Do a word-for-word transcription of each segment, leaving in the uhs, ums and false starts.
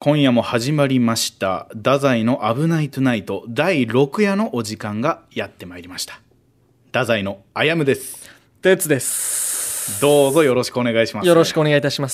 今夜も始まりました太宰の危ないトゥナイトだいろく夜のお時間がやってまいりました。太宰のあやむです。 てつです。 どうぞよろしくお願いします。 よろしくお願いいたします。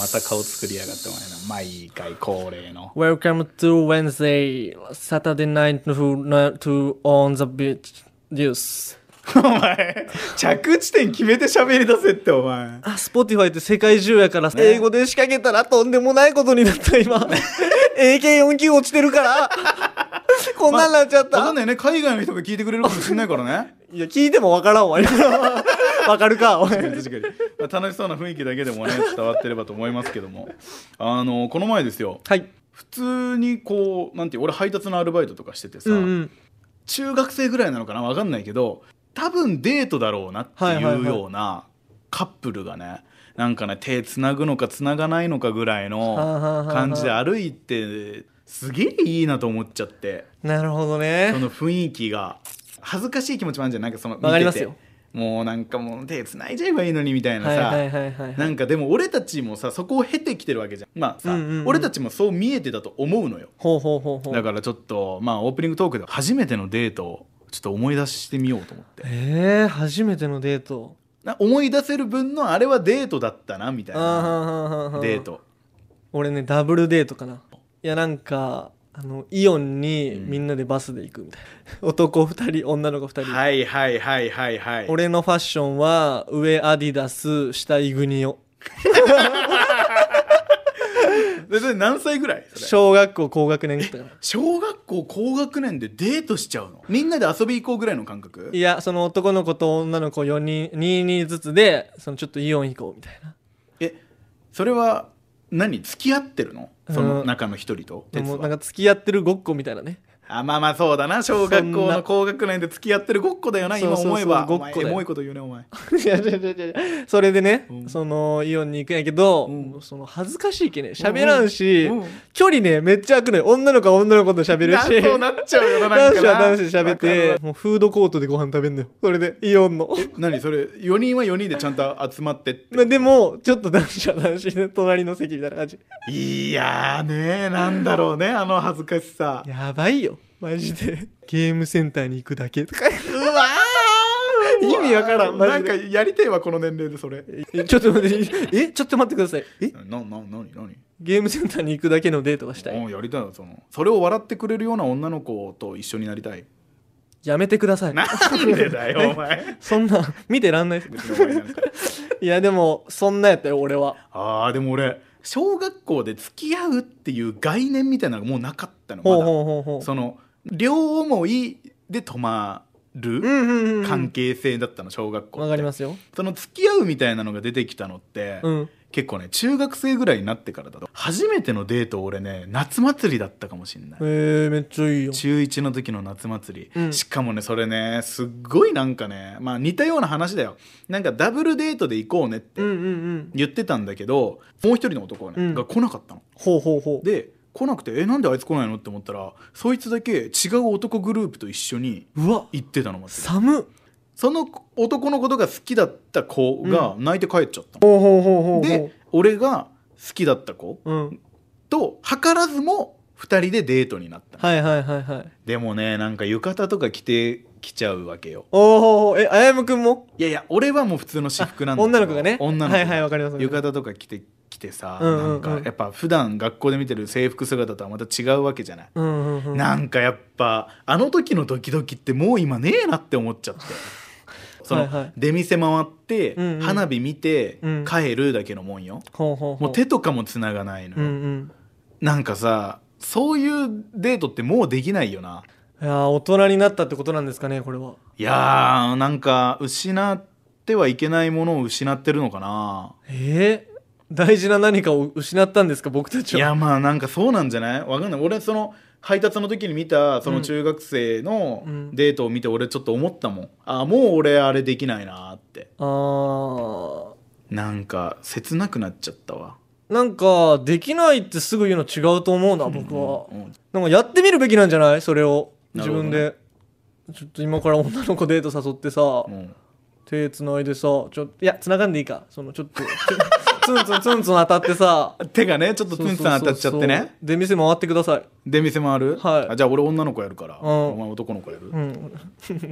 また顔作りやがってお前な、毎回恒例の Welcome to Wednesday Saturday night to, to on the beach Juice お前着地点決めて喋り出せってお前。 あ、Spotify って世界中やから、ね、英語で仕掛けたらとんでもないことになった今エーケーよんきゅう 落ちてるからこんなんなっちゃった、 まあ、分かんないね、海外の人が聞いてくれるかもしれないからねいや聞いても分からんわ分かるかお前。 確かに確かに、まあ、楽しそうな雰囲気だけでもね伝わってればと思いますけども、あのこの前ですよ、 はい、 普通にこうなんていう俺配達のアルバイトとかしててさ、 うんうん、 中学生ぐらいなのかな分かんないけど多分デートだろうなっていうようなカップルがね、なんかね手つなぐのかつながないのかぐらいの感じで歩いてすげえいいなと思っちゃって。 なるほどね。 その雰囲気が恥ずかしい気持ちもあるんじゃん、なんかその見ててわかりますよ。 もうなんかもう手つないじゃえばいいのにみたいなさ、 はいはいはいはいはい、 なんかでも俺たちもさそこを経てきてるわけじゃん。まあさ、うんうんうん、俺たちもそう見えてたと思うのよ。 ほうほうほうほう。 だからちょっとまあオープニングトークで初めてのデートをちょっと思い出してみようと思って。 えー、初めてのデートな思い出せる分のあれはデートだったなみたいな。デート俺ねダブルデートかな。いやなんかあのイオンにみんなでバスで行くみたいな、うん、男ふたり女の子ふたり。 はいはいはいはいはい。 俺のファッションは上アディダス下イグニオでそれ何歳ぐらい？それ小学校高学年だったから。 小学校高学年でデートしちゃうの？みんなで遊び行こうぐらいの感覚？ いやその男の子と女の子よにんににんずつでそのちょっとイオン行こうみたいな。 えそれは何付き合ってるの？その中の一人と、 うん、でもなんか付き合ってるごっこみたいなね。 あまあまあそうだな、小学校の高学年で付き合ってるごっこだよな今思えば。 ごっこエモいこと言うねお前いやいやいやいやそれでね、 うん、 そのイオンに行くんやけど、うん、その恥ずかしいけね喋らんし、 うんうん、 距離ねめっちゃ空くのよ。女の子は女の子と喋るしそうなっちゃうよな。 男子は男子で喋ってもうフードコートでご飯食べんのよ。それでイオンのえ何それよにんはよにんでちゃんと集まってってまあでもちょっと男子は男子で隣の席みたいな感じ。 いやーねなんだろうねあの恥ずかしさ。 やばいよマジで。ゲームセンターに行くだけとかうわー意味わからんマジで。 なんかやりてえわこの年齢でそれ。 えちょっと待ってえちょっと待ってください。えなななになにゲームセンターに行くだけのデートがしたい。 やりたいよそのそれを笑ってくれるような女の子と一緒になりたい。 やめてください。 なんでだよお前そんな見てらんないですいやでもそんなやったよ俺は。 あーでも俺小学校で付き合うっていう概念みたいなのがもうなかったの。まだほうほうほうほう。 その両思いで泊まる関係性だったの小学校って。 わかりますよ。 その付き合うみたいなのが出てきたのって、うん、結構ね中学生ぐらいになってからだと。初めてのデート俺ね夏祭りだったかもしれない。 へえめっちゃいいよ。 中いちの時の夏祭り、うん、しかもねそれねすっごいなんかねまあ似たような話だよ。なんかダブルデートで行こうねって言ってたんだけど、もう一人の男、ねうん、が来なかったの。 ほうほうほう。 で来なくてえなんであいつ来ないのって思ったらそいつだけ違う男グループと一緒に行ってたの。 寒っ。 その男のことが好きだった子が泣いて帰っちゃったの、うん、 で俺が好きだった子、うん、と図らずもふたりでデートになった。 はいはいはいはい。 でもねなんか浴衣とか着てきちゃうわけよ。 おおえあやむくんも？ いやいや俺はもう普通の私服なんだけど女の子がね女の子が、 はいはいわかります。 浴衣とか着て来てさ、うんうんうん、なんかやっぱ普段学校で見てる制服姿とはまた違うわけじゃない、うんうんうん、なんかやっぱあの時のドキドキってもう今ねえなって思っちゃってその、はいはい、出店回って、うんうん、花火見て、うん、帰るだけのもんよ、うん、もう手とかもつながないのよ、うんうん、なんかさそういうデートってもうできないよな。 いや大人になったってことなんですかねこれは。 いやーなんか失ってはいけないものを失ってるのかな。 えー大事な何かを失ったんですか僕たちは。 いやまあなんかそうなんじゃないわかんない。俺その配達の時に見たその中学生のデートを見て俺ちょっと思ったもん、うん、あもう俺あれできないなって。あなんか切なくなっちゃったわ。 なんかできないってすぐ言うの違うと思うな僕は、うんうん、なんかやってみるべきなんじゃないそれを自分で、ね、ちょっと今から女の子デート誘ってさ、うん、手つないでさちょいやつながんでいいかそのちょっとツンツンツンツン当たってさ手がねちょっとツンツン当たっちゃってね。 そうそうそうそう。で店回ってください。 で店回る、 はい、 あじゃあ俺女の子やるから、 うん、 お前男の子やる、 うん、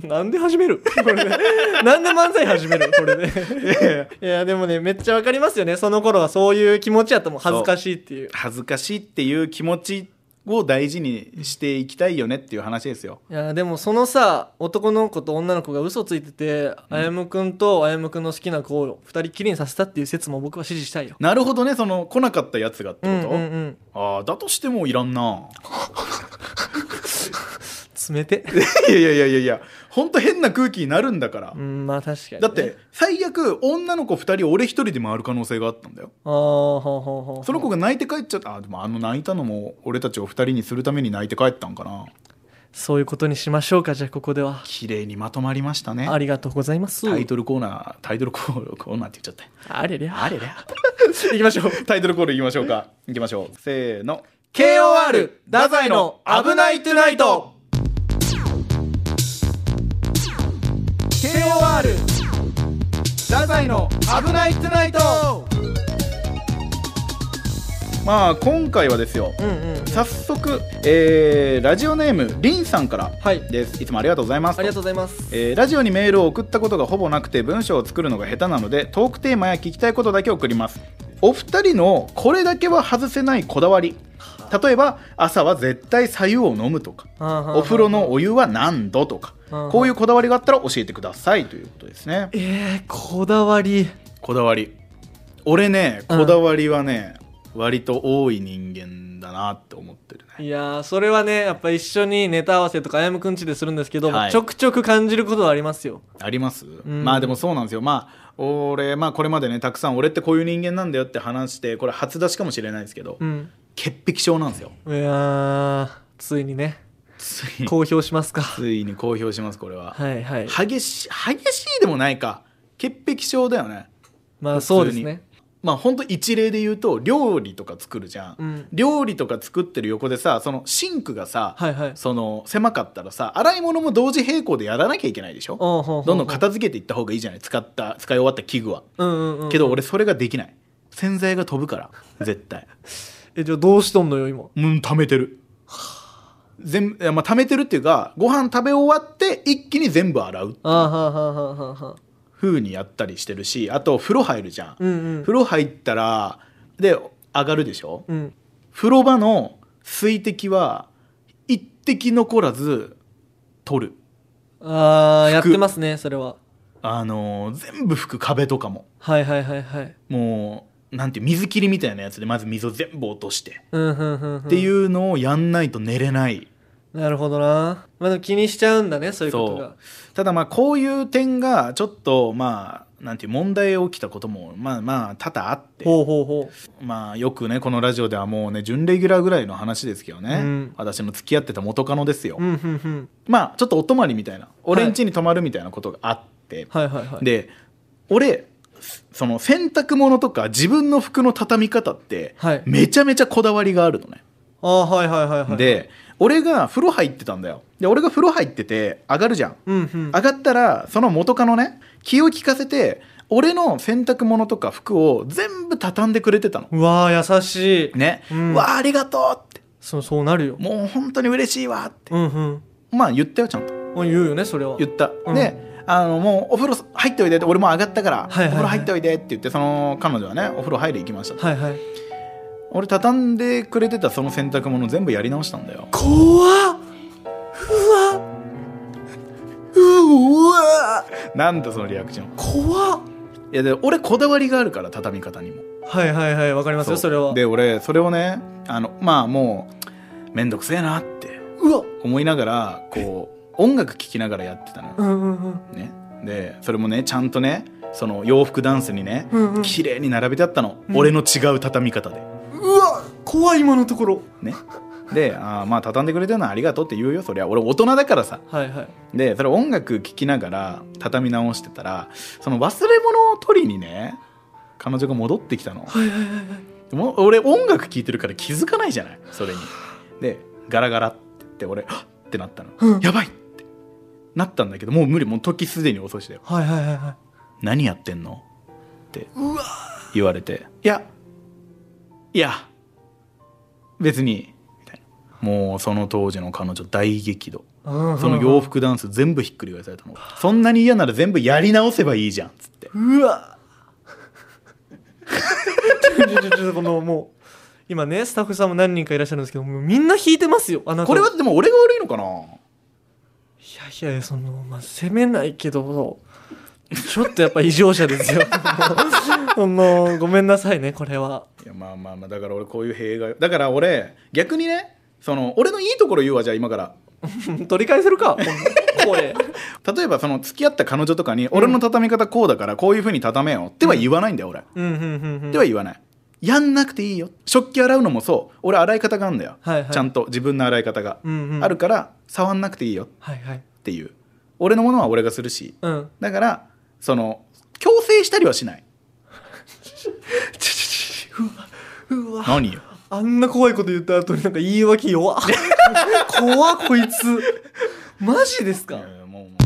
なんで始めるこれでなんで漫才始めるこれでいやでもねめっちゃわかりますよね。その頃はそういう気持ちやったもん。恥ずかしいっていう恥ずかしいっていう気持ちを大事にしていきたいよねっていう話ですよ。 いやでもそのさ男の子と女の子が嘘ついてて、うん、あやむくんとあやむくんの好きな子を二人きりにさせたっていう説も僕は支持したいよ。 なるほどね。その来なかったやつがってこと、 うんうんうん、 ああだとしてもいらんな冷ていやいやいやいやいやほんと変な空気になるんだから、 うん、まあ確かに、ね、 だって最悪女の子ふたり俺ひとりで回る可能性があったんだよ。 あほうほうほう。 その子が泣いて帰っちゃった。あでもあの泣いたのも俺たちをふたりにするために泣いて帰ったんかな。 そういうことにしましょうか。じゃあここでは綺麗にまとまりましたね。 ありがとうございます。 タイトルコーナータイトルコールコーナーって言っちゃったあれれあれれいきましょうタイトルコールいきましょうか。いきましょうせーのケーオーアール 太宰の危ないトゥナイト。 ケーオーアール 太宰の危ないトゥナイト。まあ今回はですよ、うんうんうん、早速、えー、ラジオネームリンさんからです、はい、いつもありがとうございます。 ありがとうございます、 えー、ラジオにメールを送ったことがほぼなくて文章を作るのが下手なのでトークテーマや聞きたいことだけ送ります。お二人のこれだけは外せないこだわり、例えば朝は絶対白湯を飲むとかお風呂のお湯は何度とかこういうこだわりがあったら教えてくださいということですね。 えー、こだわりこだわり俺ねこだわりはね、うん、割と多い人間だなって思ってるね。 いやそれはねやっぱ一緒にネタ合わせとかあやむくんちでするんですけど、はい、ちょくちょく感じることはありますよ。 あります、うん、まあでもそうなんですよ。まあ俺まあこれまでねたくさん俺ってこういう人間なんだよって話してこれ初出しかもしれないですけど、うん、潔癖症なんですよ。 いやついにねつい公表しますか。 ついに公表します。これは、 はいはい、 激し激しいでもないか潔癖症だよね。 まあそうですね。 まあ本当一例で言うと料理とか作るじゃん、うん、料理とか作ってる横でさそのシンクがさ、はいはい、その狭かったらさ洗い物も同時並行でやらなきゃいけないでしょ。ほうほうほう。どんどん片付けていった方がいいじゃない。使った使い終わった器具は、うんうんうんうん、けど俺それができない。洗剤が飛ぶから絶対えじゃあどうしとんのよ今。 うん溜めてる全、まあ、溜めてるっていうかご飯食べ終わって一気に全部洗うっていう。あははははは風にやったりしてるし、あと風呂入るじゃん、うんうん、風呂入ったらで上がるでしょ、うん、風呂場の水滴は一滴残らず取る。 あーやってますねそれは。 あのー、全部拭く壁とかもはいはいはいはいもうなんていう水切りみたいなやつでまず水を全部落として、うんうんうんうん、っていうのをやんないと寝れない。 なるほどな。まあ、でも気にしちゃうんだねそういうことが。 ただまあこういう点がちょっとまあなんていう問題起きたこともまあまあ多々あって、ほうほうほう。まあよくねこのラジオではもうね準レギュラーぐらいの話ですけどね、うん、私の付き合ってた元カノですよ、うんうんうん、まあちょっとお泊まりみたいな俺ん家に泊まるみたいなことがあって、はいはいはいはい、で俺その洗濯物とか自分の服の畳み方ってめちゃめちゃこだわりがあるのね、 はい、あはいはいはいはい。 で俺が風呂入ってたんだよ。で俺が風呂入ってて上がるじゃん、うんうん、上がったらその元カノね気を利かせて俺の洗濯物とか服を全部畳んでくれてたの。 うわー優しいね、うん、わーありがとうって。 そうそうなるよ。 もう本当に嬉しいわって、うんうん、まあ言ったよちゃんと。 言うよねそれは。 言った、うん、であのもうお風呂入っておいでって俺も上がったから、はいはいはい、お風呂入っておいでって言ってその彼女はねお風呂入り行きました、はいはい、俺畳んでくれてたその洗濯物全部やり直したんだよ。 怖っ。うわうわなんだそのリアクション。 怖っ。 いやで俺こだわりがあるから畳み方にも。 はいはいはいわかりますよ そ, それは。 で俺それをねあのまあもうめんどくせえなって思いながらこう音楽聴きながらやってたのよ、うんうんうんね、でそれもねちゃんとねその洋服ダンスにね、うんうん、綺麗に並べてあったの、うん、俺の違う畳み方で。 うわ怖い今のところね。であまあ畳んでくれてるのはありがとうって言うよそりゃ俺大人だからさ、はいはい、でそれ音楽聴きながら畳み直してたらその忘れ物を取りにね彼女が戻ってきたの、はいはいはいはい、も俺音楽聴いてるから気づかないじゃないそれに。でガラガラって言って俺はっってなったの、うん、やばいってなったんだけどもう無理もう時すでに遅しだよ、はいはいはいはい、何やってんのって言われて、いやいや別にみたいな。もうその当時の彼女大激怒、その洋服ダンス全部ひっくり返されたの。そんなに嫌なら全部やり直せばいいじゃんっつって。 うわちょちょちょちょこのもう今ねスタッフさんも何人かいらっしゃるんですけど、もうみんな弾いてますよあなた。 これはでも俺が悪いのかな。 いやいやそのまあ責めないけどちょっとやっぱ異常者ですよそのごめんなさいねこれは。 いやまあまあまあだから俺こういう弊害だから俺逆にね、その俺のいいところ言うわ。じゃあ今から取り返せるか声例えばその付き合った彼女とかに、俺の畳み方こうだからこういう風に畳めよっては言わないんだよ俺、 うんうんうんうん、 では言わない。やんなくていいよ。食器洗うのもそう俺洗い方があるんだよ、 はいはい、 ちゃんと自分の洗い方がうんうん、 あるから触んなくていいよはいはい、 っていう。俺のものは俺がするし、 うん、 だからその強制したりはしないうわ何よあんな怖いこと言った後になんか言い訳弱怖っこいつマジですか。 もうもう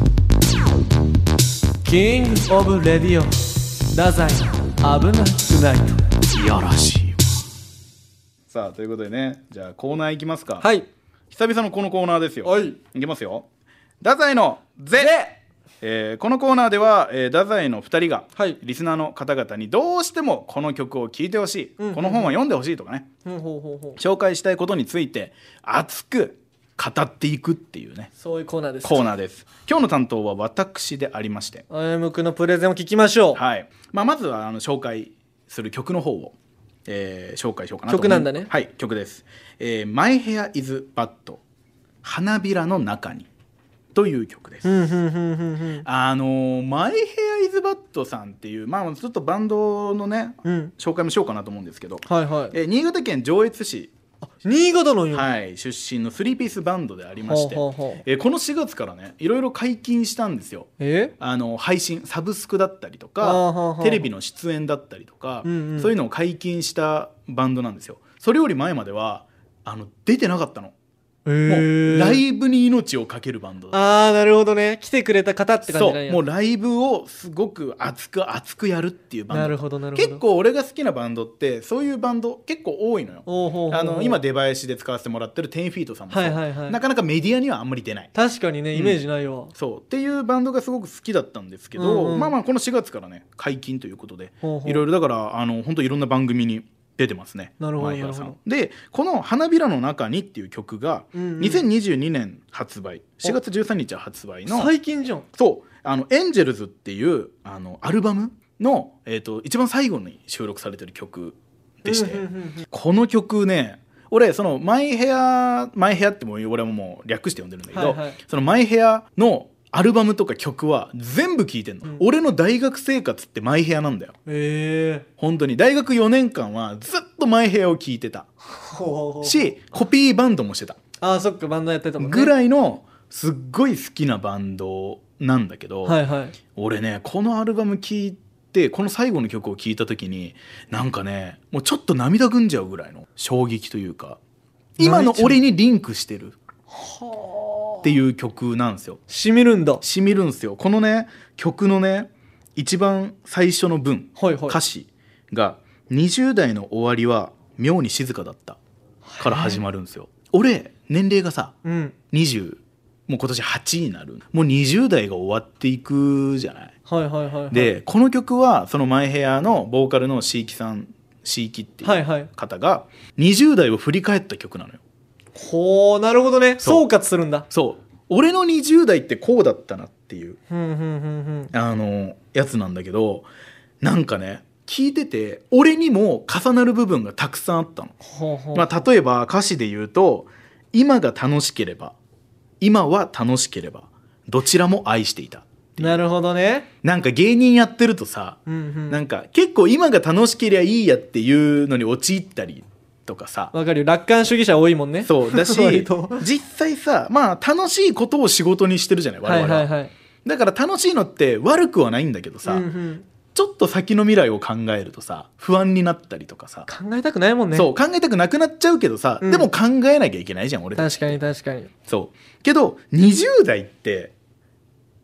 キングオブレディオ太宰危なくないといやらしいわ。さあということでね、じゃあコーナーいきますか。 はい、 久々のこのコーナーですよ。 はい、 いきますよ。太宰のゼ、えー、このコーナーでは、えー、太宰のふたりが、はい、リスナーの方々にどうしてもこの曲を聴いてほしい、うんうんうん、この本を読んでほしいとかね、うん、ほうほうほう紹介したいことについて熱く語っていくっていうね、 そういうコーナーです。 コーナーです。今日の担当は私でありまして、 あやむくんのプレゼンを聞きましょう。 はい、まあ、まずはあの紹介する曲の方を、えー、紹介しようかなと思曲なんだね。 はい、曲です、えー、My Hair is Bad 花びらの中にという曲です。あのマイヘアイズバッドさんっていう、まあちょっとバンドのね、うん、紹介もしようかなと思うんですけど、はいはい、えー、新潟県上越市、 あ新潟のよ、 はい、出身のスリーピースバンドでありまして、はあはあ、えー、このしがつからねいろいろ解禁したんですよ。えあの配信サブスクだったりとか、はあはあ、テレビの出演だったりとか、うんうん、そういうのを解禁したバンドなんですよ。それより前まではあの出てなかったの。もうライブに命をかけるバンドだ。 ああなるほどね、来てくれた方って感じなんや。 そうもうライブをすごく熱く熱くやるっていうバンド。 なるほどなるほど。 結構俺が好きなバンドってそういうバンド結構多いのよ。おうほうほうほう。あの今出囃子で使わせてもらってるテンフィートさんもそう、はいはいはい、なかなかメディアにはあんまり出ない。 確かにねイメージないわ、 うん、そうっていうバンドがすごく好きだったんですけど、うんうん、まあまあこのしがつからね解禁ということでいろいろだからあの本当いろんな番組に出てますね。 なるほどなるほど。 でこの花びらの中にっていう曲がにせんにじゅうにねん発売、しがつじゅうさんにち発売の最近じゃん。 そうあのエンジェルズっていうあのアルバムの、えーと、一番最後に収録されてる曲でして、この曲ね俺そのマイヘアマイヘアってもう俺ももう略して呼んでるんだけど、はいはい、そのマイヘアのアルバムとか曲は全部聴いてんの、うん、俺の大学生活ってマイヘアなんだよ。へえ。本当に大学よねんかんはずっとマイヘアを聴いてたしコピーバンドもしてた。 あーそっかバンドやってたもんねぐらいのすっごい好きなバンドなんだけど、はいはい、俺ねこのアルバム聴いてこの最後の曲を聴いた時になんかねもうちょっと涙ぐんじゃうぐらいの衝撃というか今の俺にリンクしてるっていう曲なんですよ。 しみるんだ。 しみるんですよ。このね曲のね一番最初の文、はいはい、歌詞がにじゅう代の終わりは妙に静かだったから始まるんですよ。俺年齢がさ、うん、にじゅうもう今年はちになる。もうにじゅう代が終わっていくじゃない。はいはいはいはい、でこの曲はそのマイヘアのボーカルの椎木さん椎木っていう方がにじゅう代を振り返った曲なのよ。 ほうなるほどね。総括するんだ。 そう俺のにじゅう代ってこうだったなっていうあのやつなんだけど、なんかね聞いてて俺にも重なる部分がたくさんあったの。ほうほう、まあ、例えば歌詞で言うと今が楽しければ今は楽しければどちらも愛していた。 なるほどね。 なんか芸人やってるとさ、うんうん、なんか結構今が楽しければいいやっていうのに陥ったりとかさ。 わかるよ。楽観主義者多いもんね。 そうだし実際さまあ楽しいことを仕事にしてるじゃない我々は、はいはいはい、だから楽しいのって悪くはないんだけどさ、うんうん、ちょっと先の未来を考えるとさ不安になったりとかさ考えたくないもんね。 そう考えたくなくなっちゃうけどさ、うん、でも考えなきゃいけないじゃん俺たち。 確かに確かに。 そうけどにじゅう代って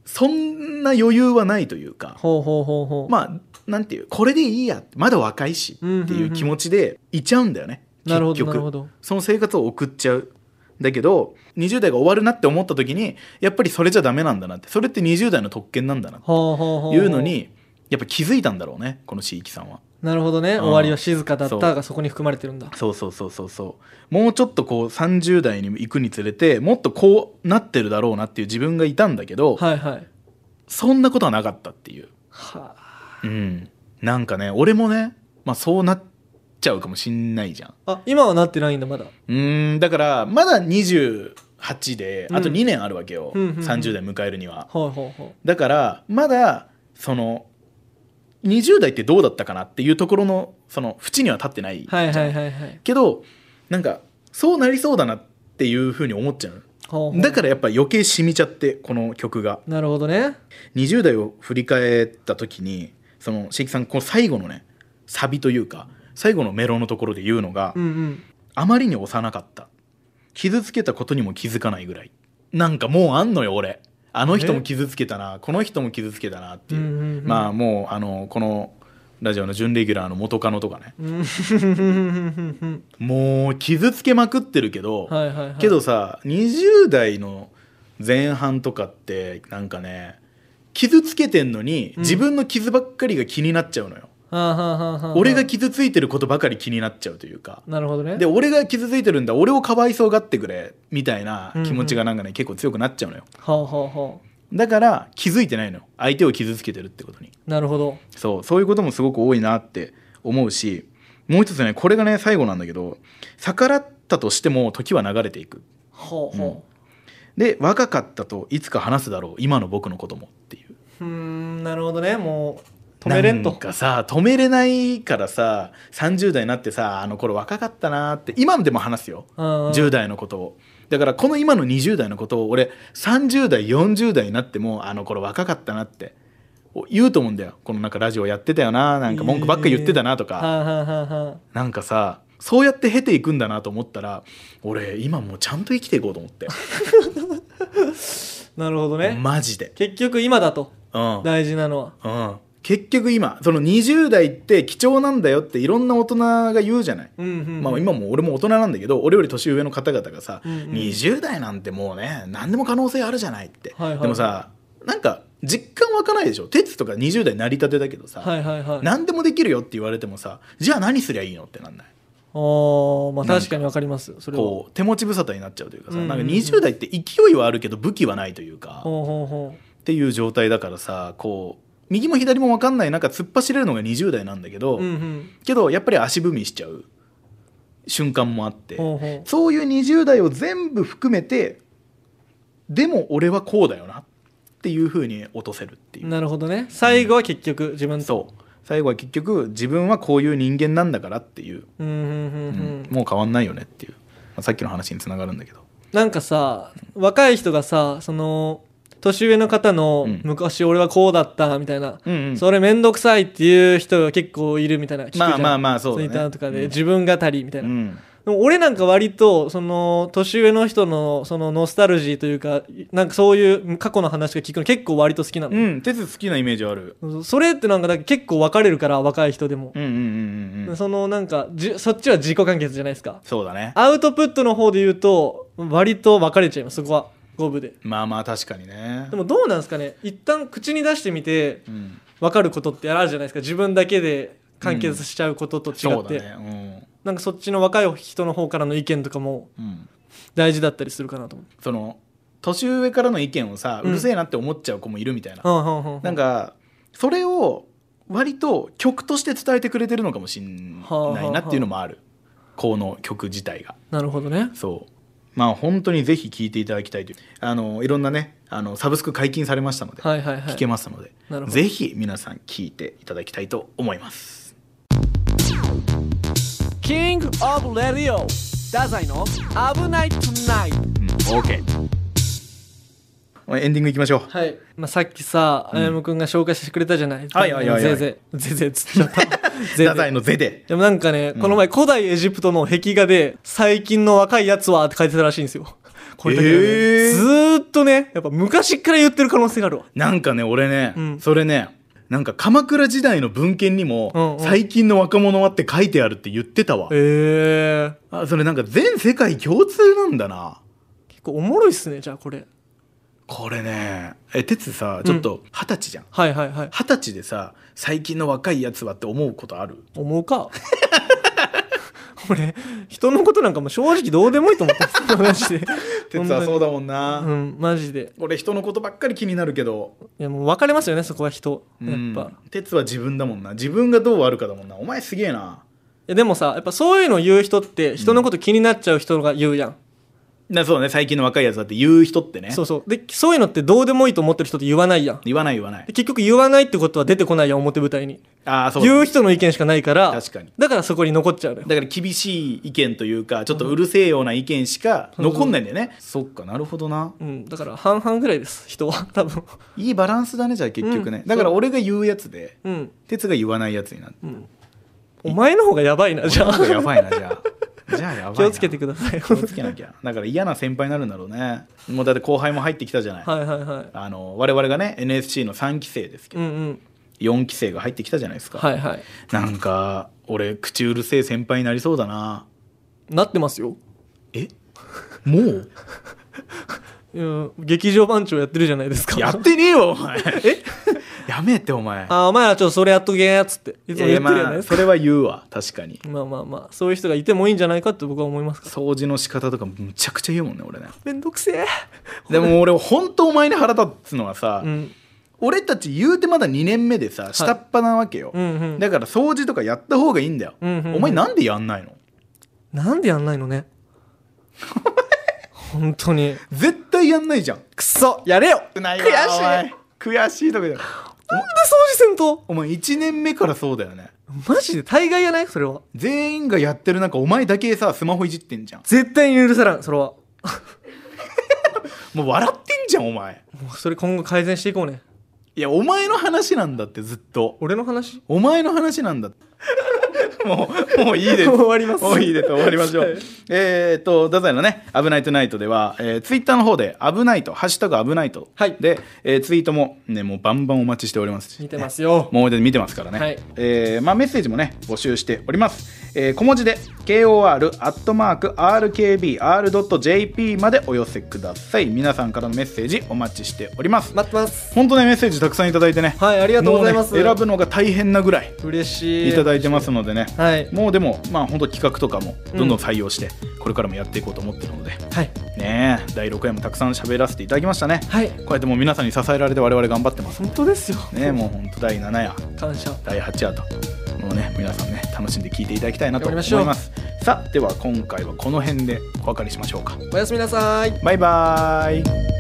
そんな余裕はないというか、 ほうほうほうほう、 まあなんていうこれでいいやまだ若いしっていう気持ちでいちゃうんだよね、 うんうんうん、 結局なるほどなるほど。 その生活を送っちゃう。だけどにじゅう代が終わるなって思った時にやっぱりそれじゃダメなんだなって、それってにじゅう代の特権なんだなっていうのにやっぱ気づいたんだろうね、この椎木さんは。 なるほどね、終わりは静かだったがそこに含まれてるんだ。 そうそうそうそうそう、もうちょっとこうさんじゅう代に行くにつれてもっとこうなってるだろうなっていう自分がいたんだけど、 はいはい、 そんなことはなかったっていう、 はあ、 うん、なんかね俺もね、まあ、そうなっちゃうかもしんないじゃん。 あ、今はなってないんだまだ。 うーんだからまだにじゅうはちであとにねんあるわけよ、 うんうんうん、 さんじゅう代迎えるには、 ほうほうほう、 だからまだそのにじゅう代ってどうだったかなっていうところのその縁には立ってないじゃん、 はいはいはいはい、 けどなんかそうなりそうだなっていう風に思っちゃう。 ほうほう、 だからやっぱ余計染みちゃってこの曲が。 なるほどね。 にじゅう代を振り返った時にその椎木さんこの最後のねサビというか最後のメロのところで言うのが、 うんうん、 あまりに幼かった、傷つけたことにも気づかないぐらい、なんかもうあんのよ俺、あの人も傷つけたなこの人も傷つけたなっていう、 うんうんうん、 まあもうあのこのラジオの準レギュラーの元カノとかねもう傷つけまくってるけど、 はいはいはい、 けどさにじゅう代の前半とかってなんかね傷つけてんのに自分の傷ばっかりが気になっちゃうのよ、 うん、 俺が傷ついてることばかり気になっちゃうというか。 なるほどね。 で俺が傷ついてるんだ俺をかわいそうがってくれみたいな気持ちがなんかね、うんうん、結構強くなっちゃうのよ。 はあはあはあ、 だから気づいてないのよ相手を傷つけてるってことに。 なるほど。 そうそういうこともすごく多いなって思うし、もう一つねこれがね最後なんだけど、逆らったとしても時は流れていく、 ほうほう、うん、 で若かったといつか話すだろう今の僕のこともっていう。 うーんなるほどね。もう止めれんとなんかさ止めれないからささんじゅう代になってさあの頃若かったなって今でも話すよ、うんうん、じゅう代のことを。だからこの今のにじゅう代のことを俺さんじゅう代よんじゅう代になってもあの頃若かったなって言うと思うんだよ。このなんかラジオやってたよな、なんか文句ばっか言ってたなとか、 えー、 なんかさそうやって経ていくんだなと思ったら俺今もうちゃんと生きていこうと思ってなるほどね。マジで結局今だと、 うん、 大事なのは、 うん、結局今そのにじゅう代って貴重なんだよっていろんな大人が言うじゃない、うんうんうん、まあ、今も俺も大人なんだけど俺より年上の方々がさ、うんうん、にじゅう代なんてもうね何でも可能性あるじゃないって、はいはい、でもさなんか実感湧かないでしょ。鉄とかにじゅう代成り立てだけどさ、はいはいはい、何でもできるよって言われてもさじゃあ何すりゃいいのってなんない。 あ、まあ、確かに分かります。それはこう手持ち無沙汰になっちゃうというかさ、うんうんうん、なんかにじゅう代って勢いはあるけど武器はないというか、ほうほうほうっていう状態だからさ、こう右も左も分かんない中突っ走れるのがにじゅう代なんだけど、うんうん、けどやっぱり足踏みしちゃう瞬間もあって、ほうほうそういうにじゅう代を全部含めてでも俺はこうだよなっていう風に落とせるっていう。 なるほどね。最後は結局自分と、 そう最後は結局自分はこういう人間なんだからっていう、うんうんうんうん、もう変わんないよねっていう、まあ、さっきの話につながるんだけど、 なんかさ若い人がさその年上の方の、うん、昔俺はこうだったみたいな、うんうん、それめんどくさいっていう人が結構いるみたいな聞くじゃん。まあまあまあそうだね。ツイッターとかで、うん、自分語りみたいな、うん、でも俺なんか割とその年上の人のそのノスタルジーというかなんかそういう過去の話が聞くの結構割と好きなの。 うん、テツ好きなイメージある。 それってなんかだけ結構分かれるから若い人でも、うんうんうんうん、そのなんかじそっちは自己完結じゃないですか。 そうだね。 アウトプットの方で言うと割と分かれちゃいます。そこは五分で。 まあまあ確かにね。 でもどうなんですかね。一旦口に出してみて分かることってあるじゃないですか。自分だけで完結しちゃうことと違って、うん、そうだね、うん、なんかそっちの若い人の方からの意見とかも大事だったりするかなと思って、 その年上からの意見をさ、うるせえなって思っちゃう子もいるみたいな、うん、なんかそれを割と曲として伝えてくれてるのかもしんないなっていうのもある、この曲自体が。 なるほどね。 そうまあ本当にぜひ聴いていただきたいという、あのいろんなねあのサブスク解禁されましたので、はいはいはい、聴けますのでぜひ皆さん聴いていただきたいと思います。 キングオブレディオ太宰の危ないトゥナイト、 うん、OK。エンディングいきましょう。 はい、まあ、さっきさ、あやむくんが紹介してくれたじゃない。 はいはいはいはい。 ゼゼゼゼつっちゃった。 太宰のゼで。 でもなんかね、うん、この前古代エジプトの壁画で最近の若いやつはって書いてたらしいんですよ。 これだけはね、えー、ずーっとねやっぱ昔から言ってる可能性があるわ。 なんかね俺ね、うん、それねなんか鎌倉時代の文献にも、うんうん、最近の若者はって書いてあるって言ってたわ。へえー、あそれなんか全世界共通なんだな。 結構おもろいっすね。じゃあこれこれねえ哲さちょっと二十歳じゃん、うん、 はいはいはい。 二十歳でさ最近の若いやつはって思うことある？ 思うか俺人のことなんかも正直どうでもいいと思ってますマジで。 哲はそうだもんな。 うんマジで俺人のことばっかり気になるけど、 いやもう分かれますよねそこは人やっぱ。 哲は自分だもんな。自分がどうあるかだもんな。お前すげえな。 いやでもさやっぱそういうの言う人って人のこと気になっちゃう人が言うやん、 うん、だそうね。最近の若いやつだって言う人ってね。 そうそうでそういうのってどうでもいいと思ってる人って言わないやん。 言わない言わない。 結局言わないってことは出てこないやん表舞台に。 あそう言う人の意見しかないから。 確かに。 だからそこに残っちゃうのよ。 だから厳しい意見というかちょっとうるせえような意見しか残んないんだよね、うん、そっかなるほどな、 うん、だから半々ぐらいです人は多分。 いいバランスだねじゃあ結局ね、うん、だから俺が言うやつで、うん、哲が言わないやつになって、うん、 お前の方がやばいなじゃあ。 お前の方がやばいなじゃあじゃあやばいな。 気をつけてください。 気をつけなきゃ。だから嫌な先輩になるんだろうね。もうだって後輩も入ってきたじゃない。 はいはいはい。 あの我々がね エヌエスシー のさんき生ですけど、うんうん、よんき生が入ってきたじゃないですか。 はいはい。 なんか俺口うるせえ先輩になりそうだな。 なってますよ。 えもういや劇場番長やってるじゃないですか。 やってねえよお前。えやめてお前。 あお前はちょっとそれやっとけやつっていつも言ってるよね、 えーまあ、それは言うわ確かに。 まあまあまあそういう人がいてもいいんじゃないかって僕は思いますから。 掃除の仕方とかむちゃくちゃ言うもんね俺ね。 めんどくせえ。 でも俺本当お前に腹立つのはさ、うん、俺たち言うてまだにねんめでさ下っ端なわけよ、はいうんうん、だから掃除とかやった方がいいんだよ、うんうんうん、お前なんでやんないの？ なんでやんないのね本当に絶対やんないじゃん。 くそやれよ。 悔しい悔しいとかじゃなんで掃除せんと。 お前いちねんめからそうだよね。 マジで大概やないそれは。 全員がやってる中お前だけさスマホいじってんじゃん。 絶対に許さらんそれはもう笑ってんじゃんお前。 もうそれ今後改善していこうね。 いやお前の話なんだってずっと。 俺の話？ お前の話なんだってもうもういいです。 終わります。 もういいです終わりましょう。えっと太宰のね危ないトゥナイトでは、えー、ツイッターの方で危ないとハッシュタグ危ないと、はい、で、えー、ツイートもねもうバンバンお待ちしておりますし、 見てますよ。 もう見てますからね、はい、えー、まあメッセージもね募集しております。えー、小文字で ケーオーアール アットマーク アールケービーアール ドット ジェーピー までお寄せください。皆さんからのメッセージお待ちしております。 待ってます。 本当ねメッセージたくさんいただいてね、 はいありがとうございます、 ね、選ぶのが大変なぐらい嬉しいいただいてますのでね、 はい、 もうでもまあ本当企画とかもどんどん採用して、うん、これからもやっていこうと思ってるので、はい、ねえだいろくわもたくさん喋らせていただきましたね、はい、こうやってもう皆さんに支えられて我々頑張ってます。 本当ですよね。もう本当だいなな夜感謝だいはち夜ともうね皆さんね楽しんで聞いていただきたいなと思います。さあでは今回はこの辺でお別れしましょうか。 おやすみなさい。 バイバーイ。